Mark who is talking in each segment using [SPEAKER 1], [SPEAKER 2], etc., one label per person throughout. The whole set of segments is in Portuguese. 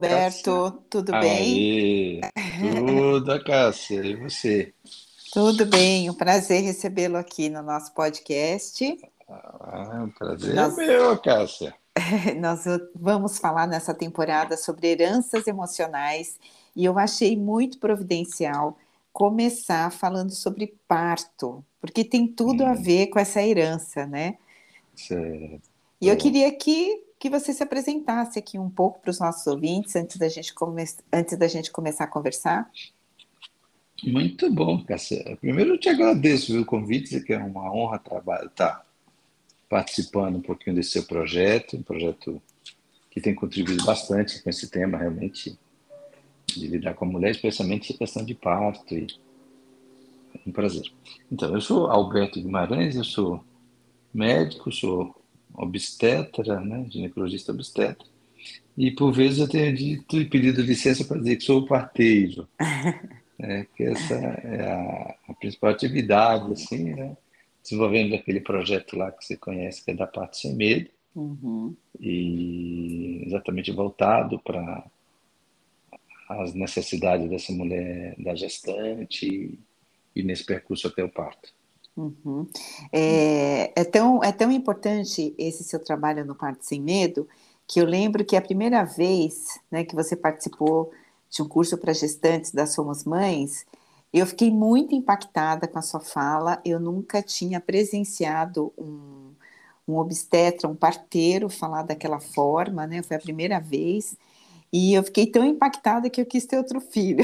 [SPEAKER 1] Cássia?
[SPEAKER 2] Roberto, tudo bem?
[SPEAKER 1] Aê, tudo, Cássia, e você?
[SPEAKER 2] Tudo bem, um prazer recebê-lo aqui no nosso podcast.
[SPEAKER 1] Ah, o prazer é
[SPEAKER 2] Nós,
[SPEAKER 1] meu, Cássia.
[SPEAKER 2] nós vamos falar nessa temporada sobre heranças emocionais e eu achei muito providencial começar falando sobre parto, porque tem tudo a
[SPEAKER 1] Hum,
[SPEAKER 2] ver com essa herança, né? E eu
[SPEAKER 1] certo.
[SPEAKER 2] queria que você se apresentasse aqui um pouco para os nossos ouvintes antes da gente começar a conversar.
[SPEAKER 1] Muito bom, Cássia. Primeiro eu te agradeço viu, o convite, que é uma honra estar participando um pouquinho desse seu projeto, um projeto que tem contribuído bastante com esse tema, realmente, de lidar com a mulher, especialmente a questão de parto. E é um prazer. Então, eu sou Alberto Guimarães, eu sou médico, sou obstetra, né, ginecologista obstetra, e por vezes eu tenho dito e pedido licença para dizer que sou parteiro, né, que essa é a principal atividade, assim, né, desenvolvendo aquele projeto lá que você conhece, que é da Parto Sem Medo,
[SPEAKER 2] Uhum.
[SPEAKER 1] e exatamente voltado para as necessidades dessa mulher, da gestante, e nesse percurso até o parto.
[SPEAKER 2] Uhum. É tão importante esse seu trabalho no Parto Sem Medo, que eu lembro que a primeira vez, né, que você participou de um curso para gestantes da Somos Mães, eu fiquei muito impactada com a sua fala. Eu nunca tinha presenciado um obstetra, um parteiro falar daquela forma, né? Foi a primeira vez. E eu fiquei tão impactada que eu quis ter outro filho.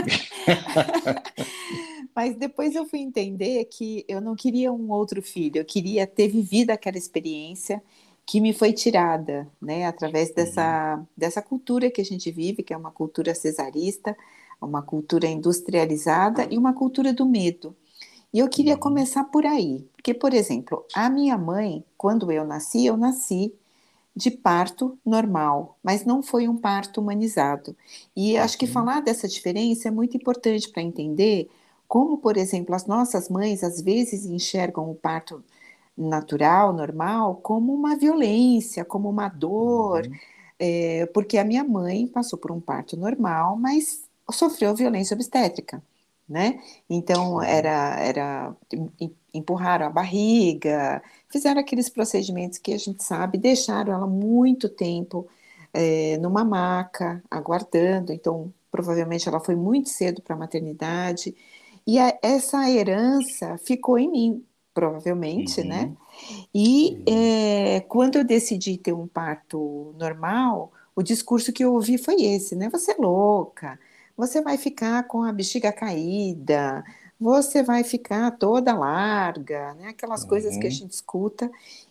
[SPEAKER 2] Mas depois eu fui entender que eu não queria um outro filho, eu queria ter vivido aquela experiência que me foi tirada, né, através
[SPEAKER 1] Uhum,
[SPEAKER 2] dessa cultura que a gente vive, que é uma cultura cesarista, uma cultura industrializada e uma cultura do medo. E eu queria
[SPEAKER 1] uhum,
[SPEAKER 2] começar por aí, porque, por exemplo, a minha mãe, quando eu nasci de parto normal, mas não foi um parto humanizado. E acho que
[SPEAKER 1] uhum,
[SPEAKER 2] falar dessa diferença é muito importante para entender como, por exemplo, as nossas mães às vezes enxergam o parto natural, normal, como uma violência, como uma dor,
[SPEAKER 1] uhum,
[SPEAKER 2] porque a minha mãe passou por um parto normal, mas sofreu violência obstétrica, né? Então
[SPEAKER 1] sim,
[SPEAKER 2] empurraram a barriga, fizeram aqueles procedimentos que a gente sabe, deixaram ela muito tempo numa maca, aguardando. Então, provavelmente ela foi muito cedo para a maternidade. E essa herança ficou em mim, provavelmente, né?
[SPEAKER 1] uhum,
[SPEAKER 2] E
[SPEAKER 1] uhum.
[SPEAKER 2] quando eu decidi ter um parto normal, o discurso que eu ouvi foi esse, né? Você é louca, você vai ficar com a bexiga caída, você vai ficar toda larga, né? Aquelas coisas que a
[SPEAKER 1] Uhum,
[SPEAKER 2] gente escuta.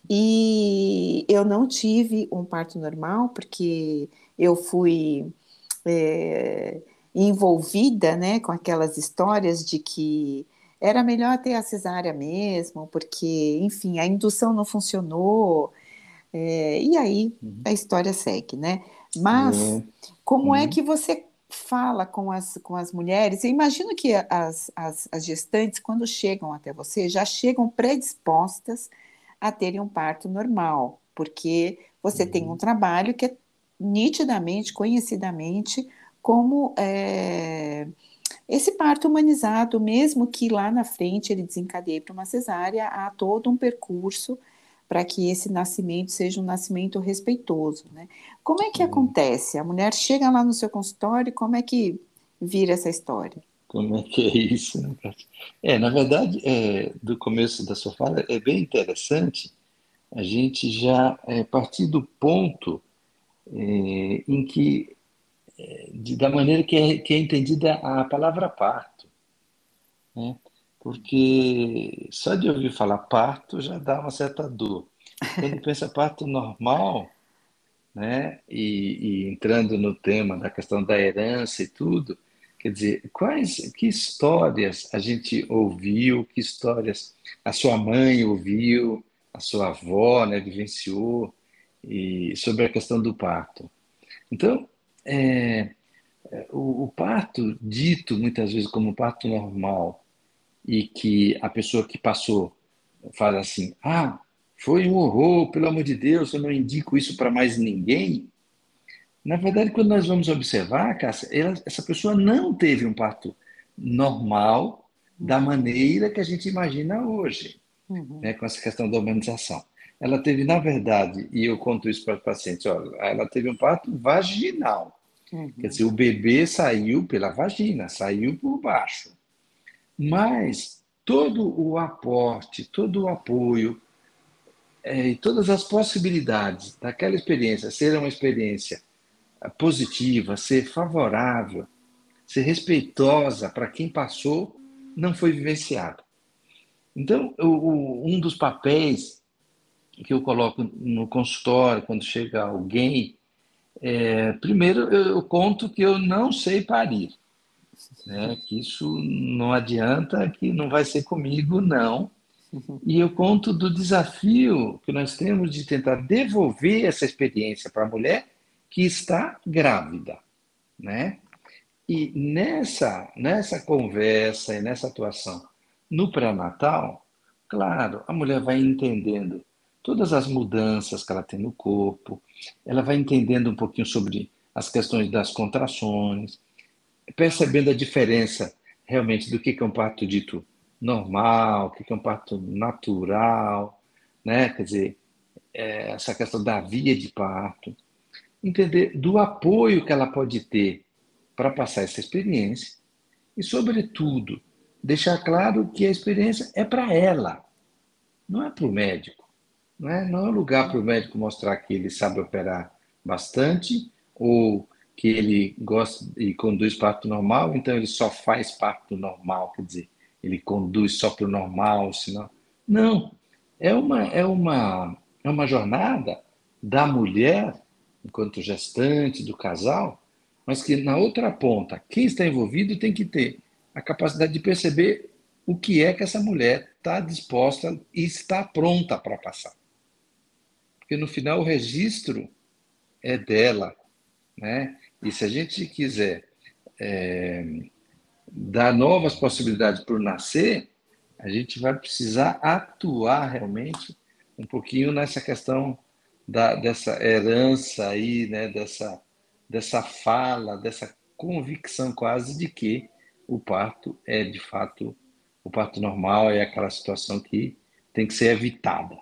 [SPEAKER 2] E eu não tive um parto normal, porque eu fui é, envolvida, né, com aquelas histórias de que era melhor ter a cesárea mesmo, porque, enfim, a indução não funcionou, e aí
[SPEAKER 1] uhum.
[SPEAKER 2] a história segue, né? Mas
[SPEAKER 1] É,
[SPEAKER 2] como é
[SPEAKER 1] uhum.
[SPEAKER 2] que você fala com as mulheres? Eu imagino que as gestantes, quando chegam até você, já chegam predispostas a terem um parto normal, porque você tem um
[SPEAKER 1] Uhum.
[SPEAKER 2] trabalho que é nitidamente, conhecidamente, como esse parto humanizado, mesmo que lá na frente ele desencadeie para uma cesárea, há todo um percurso para que esse nascimento seja um nascimento respeitoso, né? Como é que
[SPEAKER 1] É,
[SPEAKER 2] acontece? A mulher chega lá no seu consultório, como é que vira essa história?
[SPEAKER 1] como é que é isso, né, Cátia? Na verdade, do começo da sua fala, é bem interessante a gente já partir do ponto em que, da maneira que é entendida a palavra parto, né? Porque só de ouvir falar parto já dá uma certa dor. Quando pensa parto normal, né? E entrando no tema da questão da herança e tudo, quer dizer, que histórias a gente ouviu, que histórias a sua mãe ouviu, a sua avó, né, vivenciou, e sobre a questão do parto. Então, é, o parto dito muitas vezes como parto normal e que a pessoa que passou fala assim, foi um horror, pelo amor de Deus, eu não indico isso para mais ninguém. Na verdade, quando nós vamos observar, Cássia, essa pessoa não teve um parto normal da maneira que a gente imagina hoje,
[SPEAKER 2] Uhum,
[SPEAKER 1] né, com essa questão da humanização. Ela teve, na verdade, e eu conto isso para os pacientes, olha, ela teve um parto vaginal. Quer
[SPEAKER 2] uhum,
[SPEAKER 1] dizer, o bebê saiu pela vagina, saiu por baixo. Mas todo o aporte, todo o apoio, e todas as possibilidades daquela experiência ser uma experiência positiva, ser favorável, ser respeitosa para quem passou, não foi vivenciado. Então, um dos papéis que eu coloco no consultório, quando chega alguém, primeiro eu conto que eu não sei parir, né? Que isso não adianta, que não vai ser comigo, não.
[SPEAKER 2] uhum,
[SPEAKER 1] E eu conto do desafio que nós temos de tentar devolver essa experiência para a mulher que está grávida, né? E nessa conversa e nessa atuação no pré-natal, claro, a mulher vai entendendo todas as mudanças que ela tem no corpo, ela vai entendendo um pouquinho sobre as questões das contrações, percebendo a diferença realmente do que é um parto dito normal, o que é um parto natural, né? Quer dizer, essa questão da via de parto, entender do apoio que ela pode ter para passar essa experiência e, sobretudo, deixar claro que a experiência é para ela, não é para o médico. Não é um lugar para o médico mostrar que ele sabe operar bastante ou que ele gosta e conduz parto normal, então ele só faz parto normal, quer dizer, ele conduz só para o normal, senão. Não, é uma jornada da mulher, enquanto gestante, do casal, mas que na outra ponta, quem está envolvido tem que ter a capacidade de perceber o que é que essa mulher está disposta e está pronta para passar. Porque no final o registro é dela, né? E se a gente quiser dar novas possibilidades para o nascer, a gente vai precisar atuar realmente um pouquinho nessa questão dessa herança aí, né? Dessa fala, dessa convicção quase de que o parto é de fato o parto normal, é aquela situação que tem que ser evitada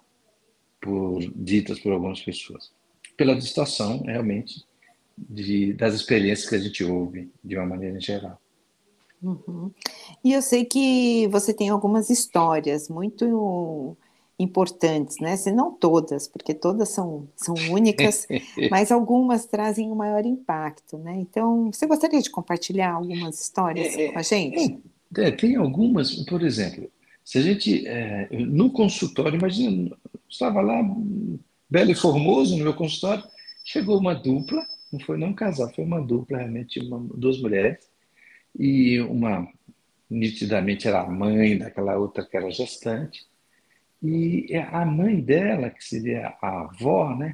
[SPEAKER 1] ditas por algumas pessoas, pela distorção realmente das experiências que a gente ouve de uma maneira geral.
[SPEAKER 2] uhum. E eu sei que você tem algumas histórias muito importantes, né? Se não todas, porque todas são únicas, mas algumas trazem um maior impacto, né? Então, você gostaria de compartilhar algumas histórias com a gente?
[SPEAKER 1] Tem algumas, por exemplo, se a gente, no consultório, imagina, estava lá, belo e formoso no meu consultório, chegou uma dupla, não foi nem um casal, foi uma dupla, realmente, duas mulheres, e uma, nitidamente, era a mãe daquela outra que era gestante, e a mãe dela, que seria a avó, né,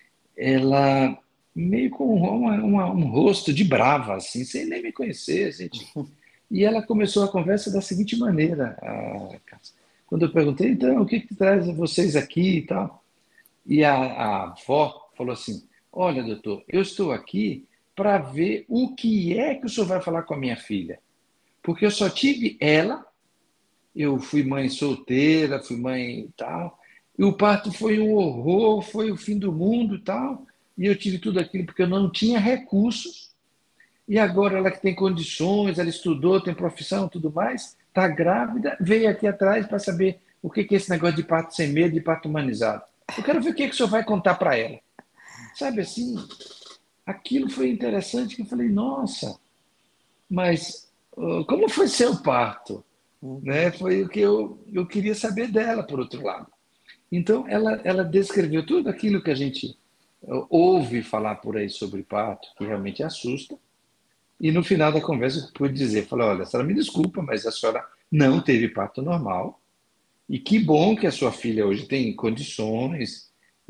[SPEAKER 1] ela meio com um rosto de brava, assim, sem nem me conhecer, gente. E ela começou a conversa da seguinte maneira, Cássia. Quando eu perguntei, então, o que que traz vocês aqui e tal? E a avó falou assim, olha, doutor, eu estou aqui para ver o que é que o senhor vai falar com a minha filha. Porque eu só tive ela, eu fui mãe solteira, fui mãe e tal, e o parto foi um horror, foi o fim do mundo e tal, e eu tive tudo aquilo porque eu não tinha recursos, e agora ela que tem condições, ela estudou, tem profissão, tudo mais, está grávida, veio aqui atrás para saber o que é esse negócio de parto sem medo, de parto humanizado. Eu quero ver o que o senhor vai contar para ela. Sabe assim, aquilo foi interessante que eu falei, nossa, mas como foi seu parto? Né?
[SPEAKER 2] Uhum,
[SPEAKER 1] Foi o que eu queria saber dela, por outro lado. Então, ela descreveu tudo aquilo que a gente ouve falar por aí sobre parto, que realmente assusta, e no final da conversa eu pude dizer, falei, olha, a senhora me desculpa, mas a senhora não teve parto normal, e que bom que a sua filha hoje tem condições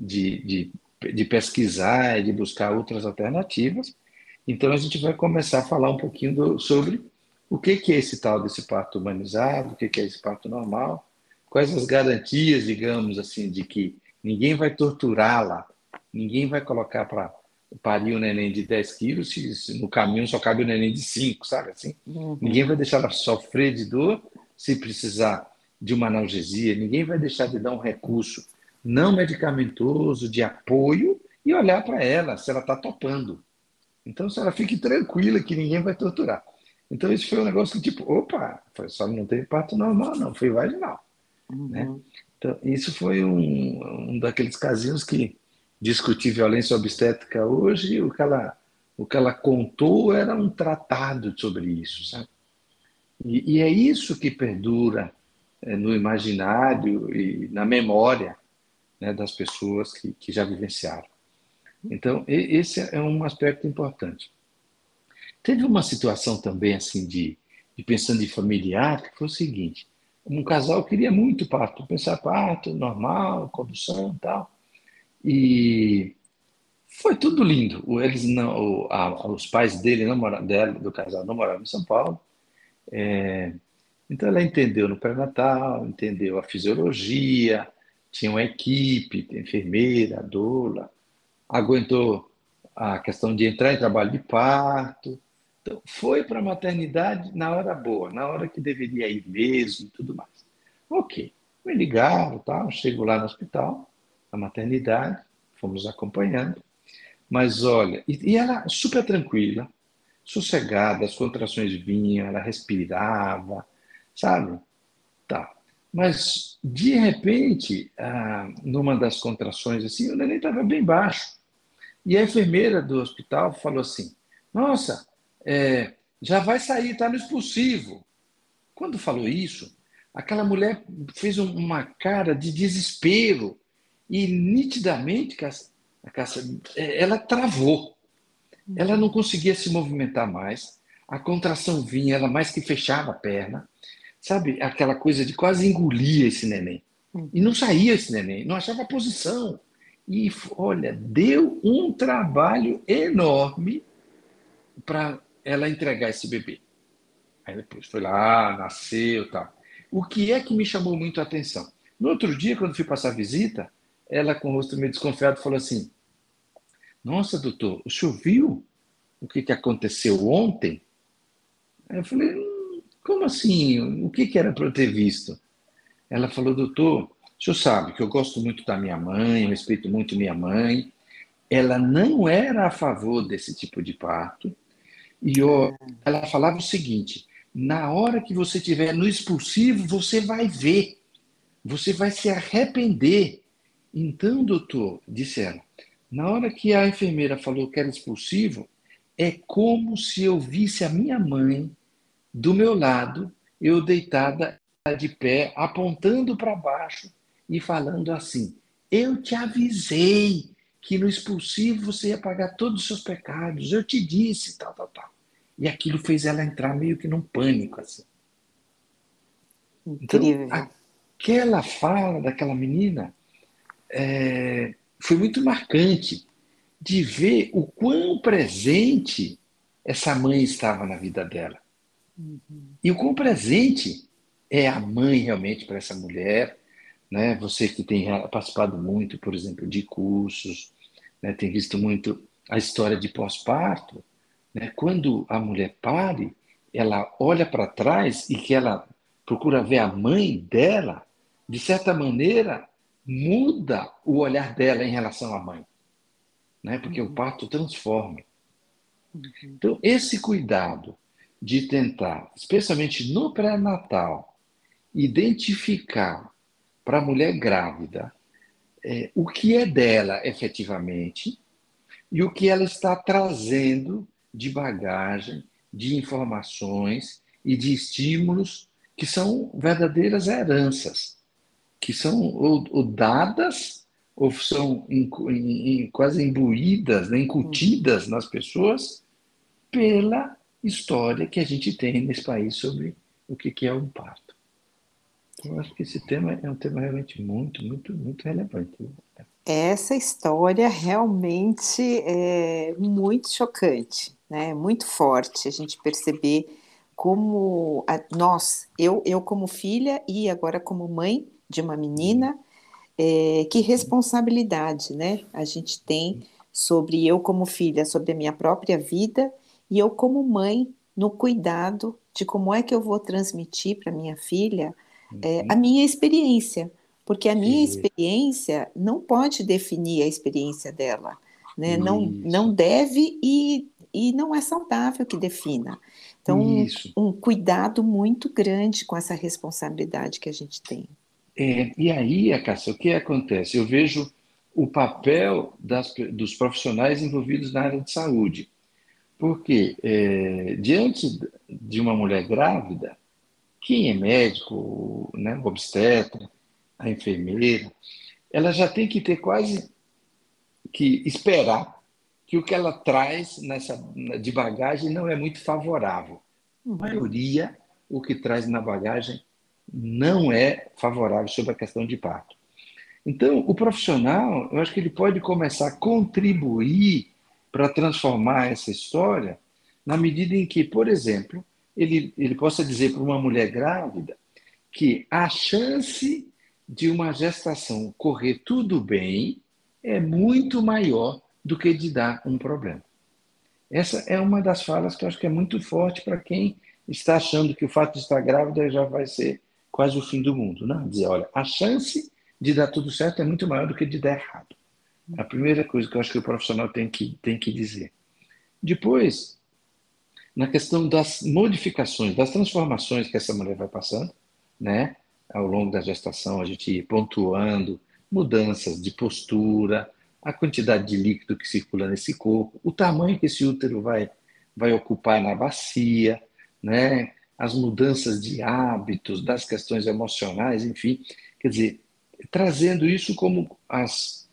[SPEAKER 1] de pesquisar e de buscar outras alternativas. Então a gente vai começar a falar um pouquinho sobre o que é esse tal desse parto humanizado, o que é esse parto normal, quais as garantias, digamos assim, de que ninguém vai torturá-la, ninguém vai colocar parir um neném de 10 quilos se no caminho só cabe o neném de 5, sabe assim? Ninguém
[SPEAKER 2] Uhum.
[SPEAKER 1] vai deixar ela sofrer de dor se precisar de uma analgesia, ninguém vai deixar de dar um recurso não medicamentoso de apoio e olhar para ela se ela está topando. Então, se ela fique tranquila que ninguém vai torturar. Então, isso foi um negócio que, tipo, opa, foi só não teve parto normal, não, foi vaginal, né?
[SPEAKER 2] Uhum.
[SPEAKER 1] Então, isso foi um daqueles casinhos que discutir violência obstétrica hoje, o que ela contou era um tratado sobre isso, sabe? E é isso que perdura no imaginário e na memória, né, das pessoas que já vivenciaram. Então, esse é um aspecto importante. Teve uma situação também, assim, de pensando em familiar, que foi o seguinte: um casal queria muito parto, pensar parto normal, condução e tal. E foi tudo lindo. Eles não, os pais dele, não mora, dela, do casal, não moravam em São Paulo. Então ela entendeu no pré-natal, entendeu a fisiologia, tinha uma equipe, enfermeira, doula, aguentou a questão de entrar em trabalho de parto. Então, foi para a maternidade na hora boa, na hora que deveria ir mesmo e tudo mais. Ok, me ligaram, tal, chego lá no hospital, na maternidade, fomos acompanhando. Mas olha, e ela super tranquila, sossegada, as contrações vinham, ela respirava, sabe? Tá. Mas, de repente, numa das contrações, assim, o neném estava bem baixo. E a enfermeira do hospital falou assim: Nossa, já vai sair, está no expulsivo. Quando falou isso, aquela mulher fez uma cara de desespero e nitidamente, ela travou. Ela não
[SPEAKER 2] Uhum.
[SPEAKER 1] conseguia se movimentar mais. A contração vinha, ela mais que fechava a perna. Sabe, aquela coisa de quase engolir esse neném. E não
[SPEAKER 2] Uhum.
[SPEAKER 1] saía esse neném, não achava posição. E, olha, deu um trabalho enorme para ela entregar esse bebê. Aí depois foi lá, nasceu e tal. O que é que me chamou muito a atenção? No outro dia, quando fui passar visita, ela com o rosto meio desconfiado falou assim: Nossa, doutor, o senhor viu o que aconteceu ontem? Aí eu falei: Como assim? O que era para eu ter visto? Ela falou: Doutor, o senhor sabe que eu gosto muito da minha mãe, eu respeito muito minha mãe. Ela não era a favor desse tipo de parto. E ela falava o seguinte: na hora que você estiver no expulsivo, você vai ver, você vai se arrepender. Então, doutor, disse ela, na hora que a enfermeira falou que era expulsivo, é como se eu visse a minha mãe do meu lado, eu deitada de pé, apontando para baixo e falando assim: Eu te avisei que no expulsivo você ia pagar todos os seus pecados, eu te disse, tal, tal, tal. E aquilo fez ela entrar meio que num pânico, assim. Então,
[SPEAKER 2] Incrível.
[SPEAKER 1] aquela fala daquela menina foi muito marcante de ver o quão presente essa mãe estava na vida dela.
[SPEAKER 2] Uhum.
[SPEAKER 1] E o quão presente é a mãe realmente para essa mulher, né? Você que tem participado muito, por exemplo, de cursos, né? Tem visto muito a história de pós-parto, né? Quando a mulher pare, ela olha para trás e que ela procura ver a mãe dela, de certa maneira, muda o olhar dela em relação à mãe, né? Porque o
[SPEAKER 2] Uhum.
[SPEAKER 1] parto transforma.
[SPEAKER 2] Uhum.
[SPEAKER 1] Então, esse cuidado de tentar, especialmente no pré-natal, identificar para a mulher grávida o que é dela efetivamente e o que ela está trazendo de bagagem, de informações e de estímulos que são verdadeiras heranças, que são ou dadas ou são quase imbuídas, né,
[SPEAKER 2] Uhum.
[SPEAKER 1] incutidas nas pessoas pela história que a gente tem nesse país sobre o que é um parto. Então, eu acho que esse tema é um tema realmente muito, muito, muito relevante.
[SPEAKER 2] Essa história realmente é muito chocante, né? Muito forte a gente perceber como eu como filha e agora como mãe de uma menina, que responsabilidade, né? A gente tem sobre eu como filha, sobre a minha própria vida, e eu como mãe, no cuidado de como é que eu vou transmitir para minha filha a
[SPEAKER 1] Uhum.
[SPEAKER 2] minha experiência, porque a minha
[SPEAKER 1] E-
[SPEAKER 2] experiência não pode definir a experiência dela, né? Não, não
[SPEAKER 1] Isso,
[SPEAKER 2] deve e não é saudável que defina. Então,
[SPEAKER 1] isso.
[SPEAKER 2] um cuidado muito grande com essa responsabilidade que a gente tem.
[SPEAKER 1] E aí, Cássia, o que acontece? Eu vejo o papel dos profissionais envolvidos na área de saúde. Porque, diante de uma mulher grávida, quem é médico, né, o obstetra, a enfermeira, ela já tem que ter quase que esperar que o que ela traz de bagagem não é muito favorável. A
[SPEAKER 2] Uhum,
[SPEAKER 1] maioria, o que traz na bagagem não é favorável sobre a questão de parto. Então, o profissional, eu acho que ele pode começar a contribuir para transformar essa história na medida em que, por exemplo, ele possa dizer para uma mulher grávida que a chance de uma gestação correr tudo bem é muito maior do que de dar um problema. Essa é uma das falas que eu acho que é muito forte para quem está achando que o fato de estar grávida já vai ser quase o fim do mundo. Não, dizer, olha, a chance de dar tudo certo é muito maior do que de dar errado. A primeira coisa que eu acho que o profissional tem que dizer. Depois, na questão das modificações, das transformações que essa mulher vai passando, né? Ao longo da gestação, a gente ir pontuando mudanças de postura, a quantidade de líquido que circula nesse corpo, o tamanho que esse útero vai ocupar na bacia, né? As mudanças de hábitos, das questões emocionais, enfim. Quer dizer, trazendo isso como as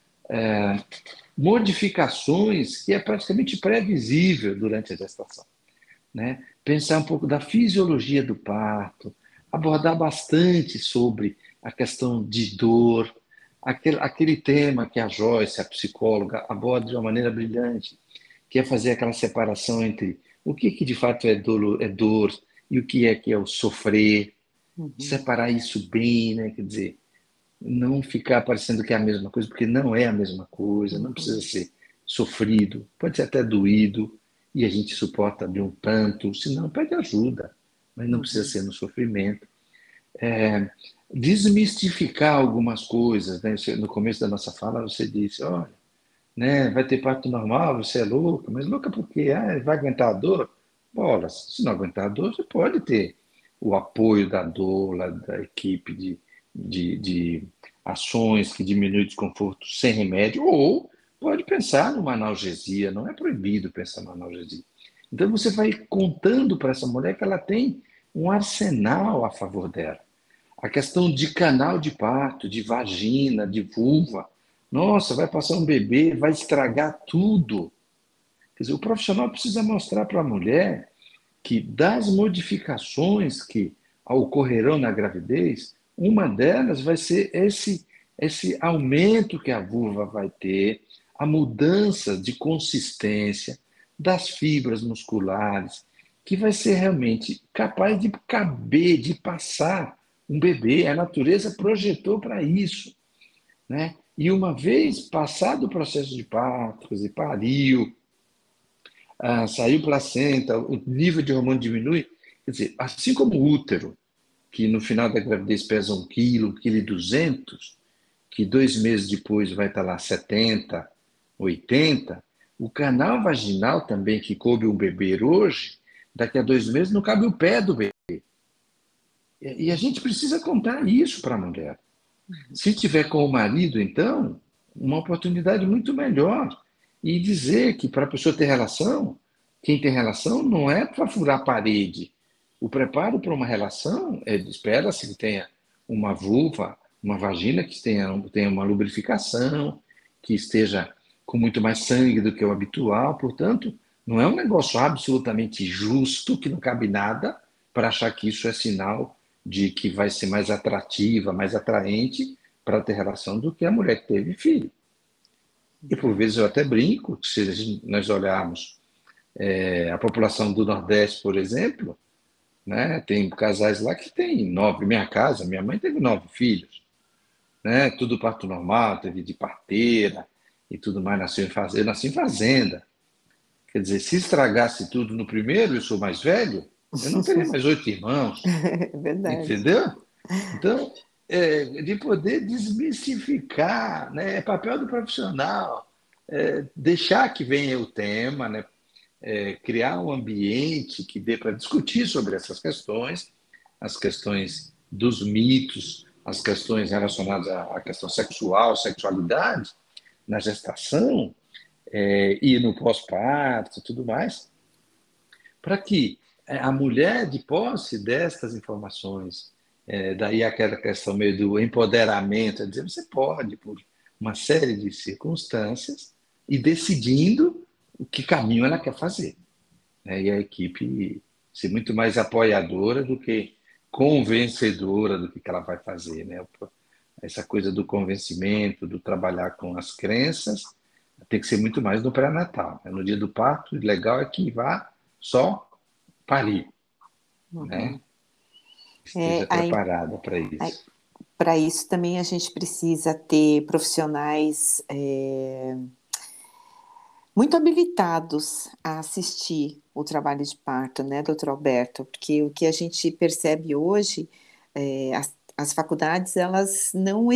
[SPEAKER 1] modificações que é praticamente previsível durante a gestação, né? Pensar um pouco da fisiologia do parto, abordar bastante sobre a questão de dor, aquele tema que a Joyce, a psicóloga, aborda de uma maneira brilhante, que é fazer aquela separação entre o que de fato é dor e o que é o sofrer,
[SPEAKER 2] uhum,
[SPEAKER 1] separar isso bem, né? Quer dizer, não ficar parecendo que é a mesma coisa, porque não é a mesma coisa, não precisa
[SPEAKER 2] uhum,
[SPEAKER 1] ser sofrido, pode ser até doído, e a gente suporta de um tanto, se não, pede ajuda, mas não precisa
[SPEAKER 2] uhum,
[SPEAKER 1] ser no sofrimento. É, desmistificar algumas coisas, né? No começo da nossa fala você disse, olha, né, vai ter parto normal, você é louca, mas louca por quê? Ah, vai aguentar a dor? Bolas, se não aguentar a dor, você pode ter o apoio da doula, da equipe de ações que diminuem o desconforto sem remédio, ou pode pensar numa analgesia, não é proibido pensar numa analgesia. Então você vai contando para essa mulher que ela tem um arsenal a favor dela. A questão de canal de parto, de vagina, de vulva. Nossa, vai passar um bebê, vai estragar tudo. Quer dizer, o profissional precisa mostrar para a mulher que das modificações que ocorrerão na gravidez, uma delas vai ser esse aumento que a vulva vai ter, a mudança de consistência das fibras musculares, que vai ser realmente capaz de caber, de passar um bebê. A natureza projetou para isso, né? E uma vez passado o processo de parto, quer dizer, pariu, saiu placenta, o nível de hormônio diminui. Quer dizer, assim como o útero, que no final da gravidez pesa 1 quilo, 1,2 kg, que 2 meses depois vai estar lá 70, 80, o canal vaginal também, que coube um bebê hoje, daqui a 2 meses não cabe o pé do bebê. E a gente precisa contar isso para a mulher. Se tiver com o marido, então, uma oportunidade muito melhor. E dizer que para a pessoa ter relação, quem tem relação não é para furar a parede. O preparo para uma relação espera-se que tenha uma vulva, uma vagina que tenha uma lubrificação, que esteja com muito mais sangue do que o habitual. Portanto, não é um negócio absolutamente justo, que não cabe nada, para achar que isso é sinal de que vai ser mais atrativa, mais atraente para ter relação do que a mulher que teve filho. E por vezes eu até brinco, que se nós olharmos a população do Nordeste, por exemplo, né, tem casais lá que tem 9. Minha casa, minha mãe teve 9 filhos, né, tudo parto normal, teve de parteira. e tudo mais, eu nasci em fazenda. Quer dizer, se estragasse tudo no primeiro, eu sou mais velho, eu não teria mais 8 irmãos,
[SPEAKER 2] É verdade.
[SPEAKER 1] entendeu? Então, de poder desmistificar, né? É papel do profissional, deixar que venha o tema, né? Criar um ambiente que dê para discutir sobre essas questões, as questões dos mitos, as questões relacionadas à questão sexual, sexualidade, na gestação, e no pós-parto e tudo mais, para que a mulher, de posse destas informações, daí aquela questão meio do empoderamento, é dizer, você pode, por uma série de circunstâncias, e decidindo o que caminho ela quer fazer, né? E a equipe ser muito mais apoiadora do que convencedora do que ela vai fazer, né? Essa coisa do convencimento, do trabalhar com as crenças, tem que ser muito mais no pré-natal, né? No dia do parto, o legal é que vá só parir, né?
[SPEAKER 2] Uhum.
[SPEAKER 1] Esteja
[SPEAKER 2] É, aí,
[SPEAKER 1] preparada para isso.
[SPEAKER 2] para isso também a gente precisa ter profissionais muito habilitados a assistir o trabalho de parto, né, doutor Alberto? Porque o que a gente percebe hoje, as faculdades, elas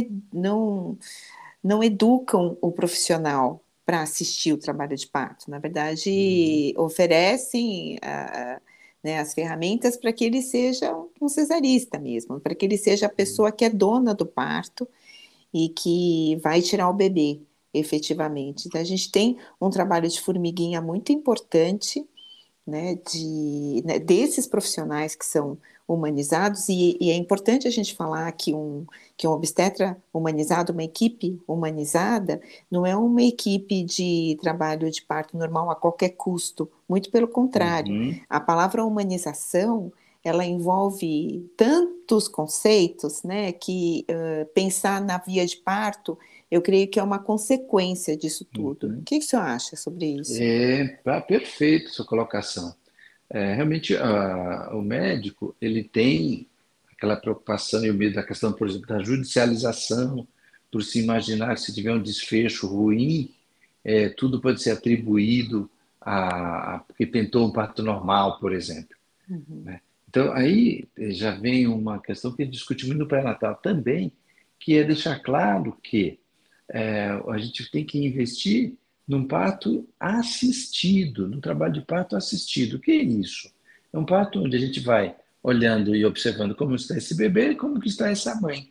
[SPEAKER 2] não educam o profissional para assistir o trabalho de parto. Na
[SPEAKER 1] Uhum.
[SPEAKER 2] verdade, oferecem né, as ferramentas para que ele seja um cesarista mesmo, para que ele seja a pessoa que é dona do parto e que vai tirar o bebê, efetivamente. Então, a gente tem um trabalho de formiguinha muito importante, né, né, desses profissionais que são humanizados, e é importante a gente falar que um obstetra humanizado, uma equipe humanizada, não é uma equipe de trabalho de parto normal a qualquer custo, muito pelo contrário.
[SPEAKER 1] Uhum.
[SPEAKER 2] A palavra humanização, ela envolve tantos conceitos, né, que pensar na via de parto, eu creio que é uma consequência disso tudo. O
[SPEAKER 1] Uhum.
[SPEAKER 2] que o senhor acha sobre isso?
[SPEAKER 1] Perfeito sua colocação. Realmente, o médico ele tem aquela preocupação e o medo da questão, por exemplo, da judicialização, por se imaginar que se tiver um desfecho ruim, tudo pode ser atribuído a porque tentou um parto normal, por exemplo,
[SPEAKER 2] Uhum.
[SPEAKER 1] né? Então, aí já vem uma questão que a gente discute muito no pré-natal também, que é deixar claro que a gente tem que investir num parto assistido, no trabalho de parto assistido. O que é isso? É um parto onde a gente vai olhando e observando como está esse bebê e como que está essa mãe.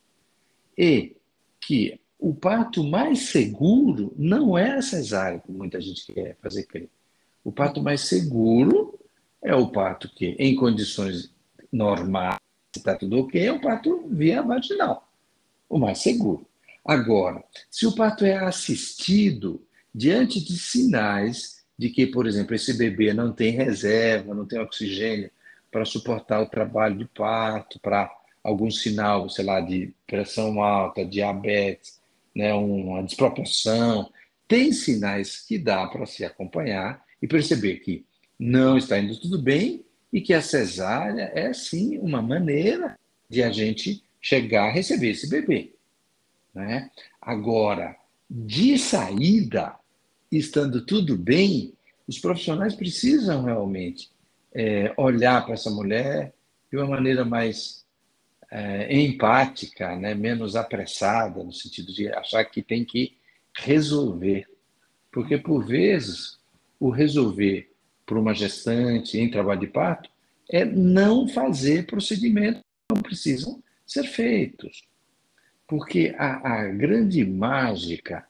[SPEAKER 1] E que o parto mais seguro não é a cesárea, como muita gente quer fazer crer. O parto mais seguro é o parto que, em condições normais, se está tudo ok, é o parto via vaginal, o mais seguro. Agora, se o parto é assistido diante de sinais de que, por exemplo, esse bebê não tem reserva, não tem oxigênio para suportar o trabalho de parto, para algum sinal, sei lá, de pressão alta, diabetes, né, uma desproporção, tem sinais que dá para se acompanhar e perceber que não está indo tudo bem e que a cesárea é sim uma maneira de a gente chegar a receber esse bebê, né? Agora, de saída, estando tudo bem, os profissionais precisam realmente olhar para essa mulher de uma maneira mais empática, né? Menos apressada, no sentido de achar que tem que resolver. Porque, por vezes, o resolver para uma gestante em trabalho de parto é não fazer procedimentos que não precisam ser feitos. Porque a grande mágica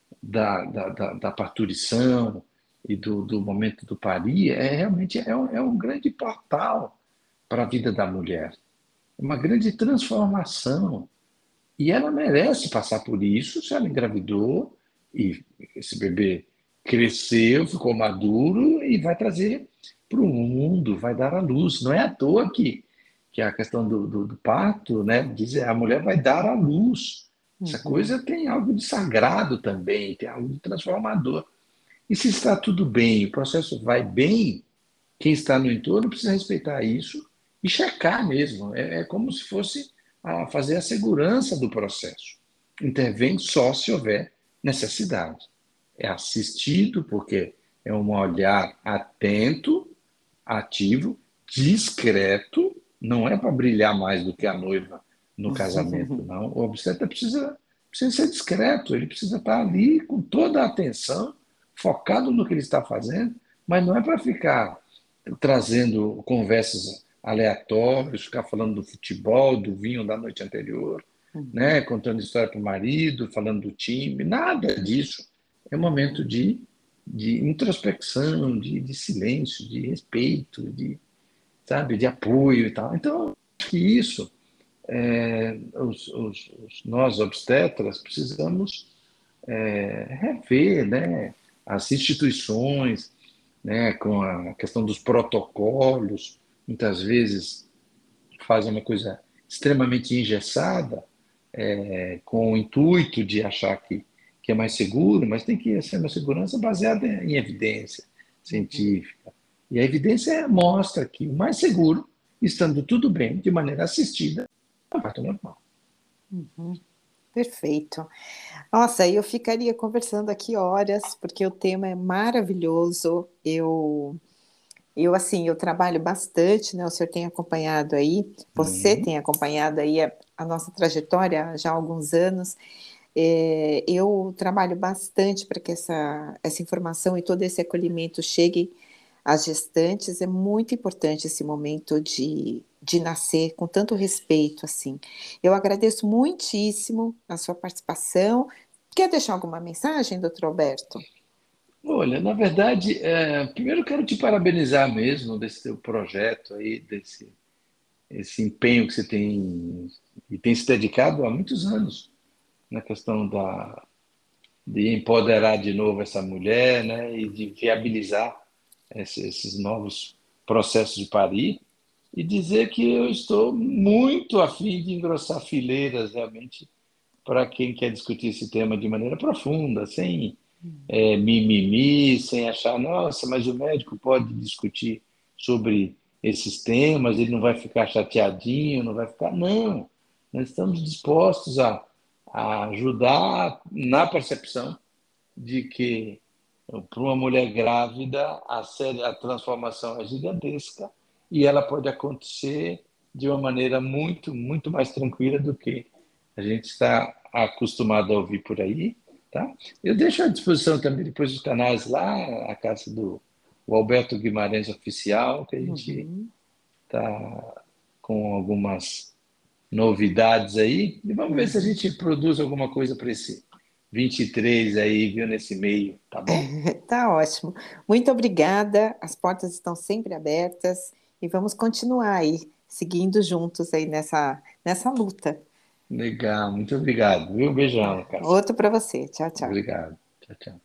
[SPEAKER 1] da parturição e do momento do parir realmente um grande portal para a vida da mulher. É uma grande transformação. E ela merece passar por isso se ela engravidou e esse bebê cresceu, ficou maduro e vai trazer para o mundo, vai dar à luz. Não é à toa que a questão do parto, né, diz a mulher vai dar à luz. Essa
[SPEAKER 2] Uhum.
[SPEAKER 1] coisa tem algo de sagrado também, tem algo de transformador. E se está tudo bem, o processo vai bem, quem está no entorno precisa respeitar isso e checar mesmo. É como se fosse fazer a segurança do processo. Intervém só se houver necessidade. É assistido porque é um olhar atento, ativo, discreto, não é para brilhar mais do que a noiva no casamento, não. O obstetra precisa ser discreto, ele precisa estar ali com toda a atenção, focado no que ele está fazendo, mas não é para ficar trazendo conversas aleatórias, ficar falando do futebol, do vinho da noite anterior, né? Contando história para o marido, falando do time, nada disso. É um momento de introspecção, de silêncio, de respeito, sabe, de apoio e tal. Então, acho que isso, nós obstetras precisamos rever, né, as instituições, né, com a questão dos protocolos, muitas vezes fazem uma coisa extremamente engessada, com o intuito de achar que é mais seguro, mas tem que ser uma segurança baseada em evidência científica. E a evidência mostra que o mais seguro, estando tudo bem, de maneira assistida, é o parto normal.
[SPEAKER 2] Perfeito. Nossa, eu ficaria conversando aqui horas, porque o tema é maravilhoso. Assim, eu trabalho bastante, né? O senhor tem acompanhado aí, você
[SPEAKER 1] Uhum.
[SPEAKER 2] tem acompanhado aí a nossa trajetória já há alguns anos. Eu trabalho bastante para que essa informação e todo esse acolhimento chegue às gestantes. É muito importante esse momento de nascer com tanto respeito, assim. Eu agradeço muitíssimo a sua participação. Quer deixar alguma mensagem, doutor Alberto?
[SPEAKER 1] Olha, na verdade, primeiro eu quero te parabenizar mesmo desse teu projeto aí, esse empenho que você tem e tem se dedicado há muitos anos na questão de empoderar de novo essa mulher, né, e de viabilizar esses novos processos de parir e dizer que eu estou muito afim de engrossar fileiras realmente para quem quer discutir esse tema de maneira profunda, sem mimimi, sem achar, nossa, mas o médico pode discutir sobre esses temas, ele não vai ficar chateadinho, não vai ficar. Não, nós estamos dispostos a ajudar na percepção de que para uma mulher grávida a transformação é gigantesca e ela pode acontecer de uma maneira muito, muito mais tranquila do que a gente está acostumado a ouvir por aí, tá? Eu deixo à disposição também depois os canais lá, a casa do o Alberto Guimarães Oficial, que a gente
[SPEAKER 2] Uhum.
[SPEAKER 1] está com algumas novidades aí. E vamos ver se a
[SPEAKER 2] Uhum.
[SPEAKER 1] gente produz alguma coisa para esse 23 aí, viu, nesse meio, tá bom?
[SPEAKER 2] Tá ótimo. Muito obrigada. As portas estão sempre abertas e vamos continuar aí, seguindo juntos aí nessa luta.
[SPEAKER 1] Legal, muito obrigado, viu? Um beijão, Cássio.
[SPEAKER 2] Outro para você. Tchau, tchau.
[SPEAKER 1] Obrigado. Tchau, tchau.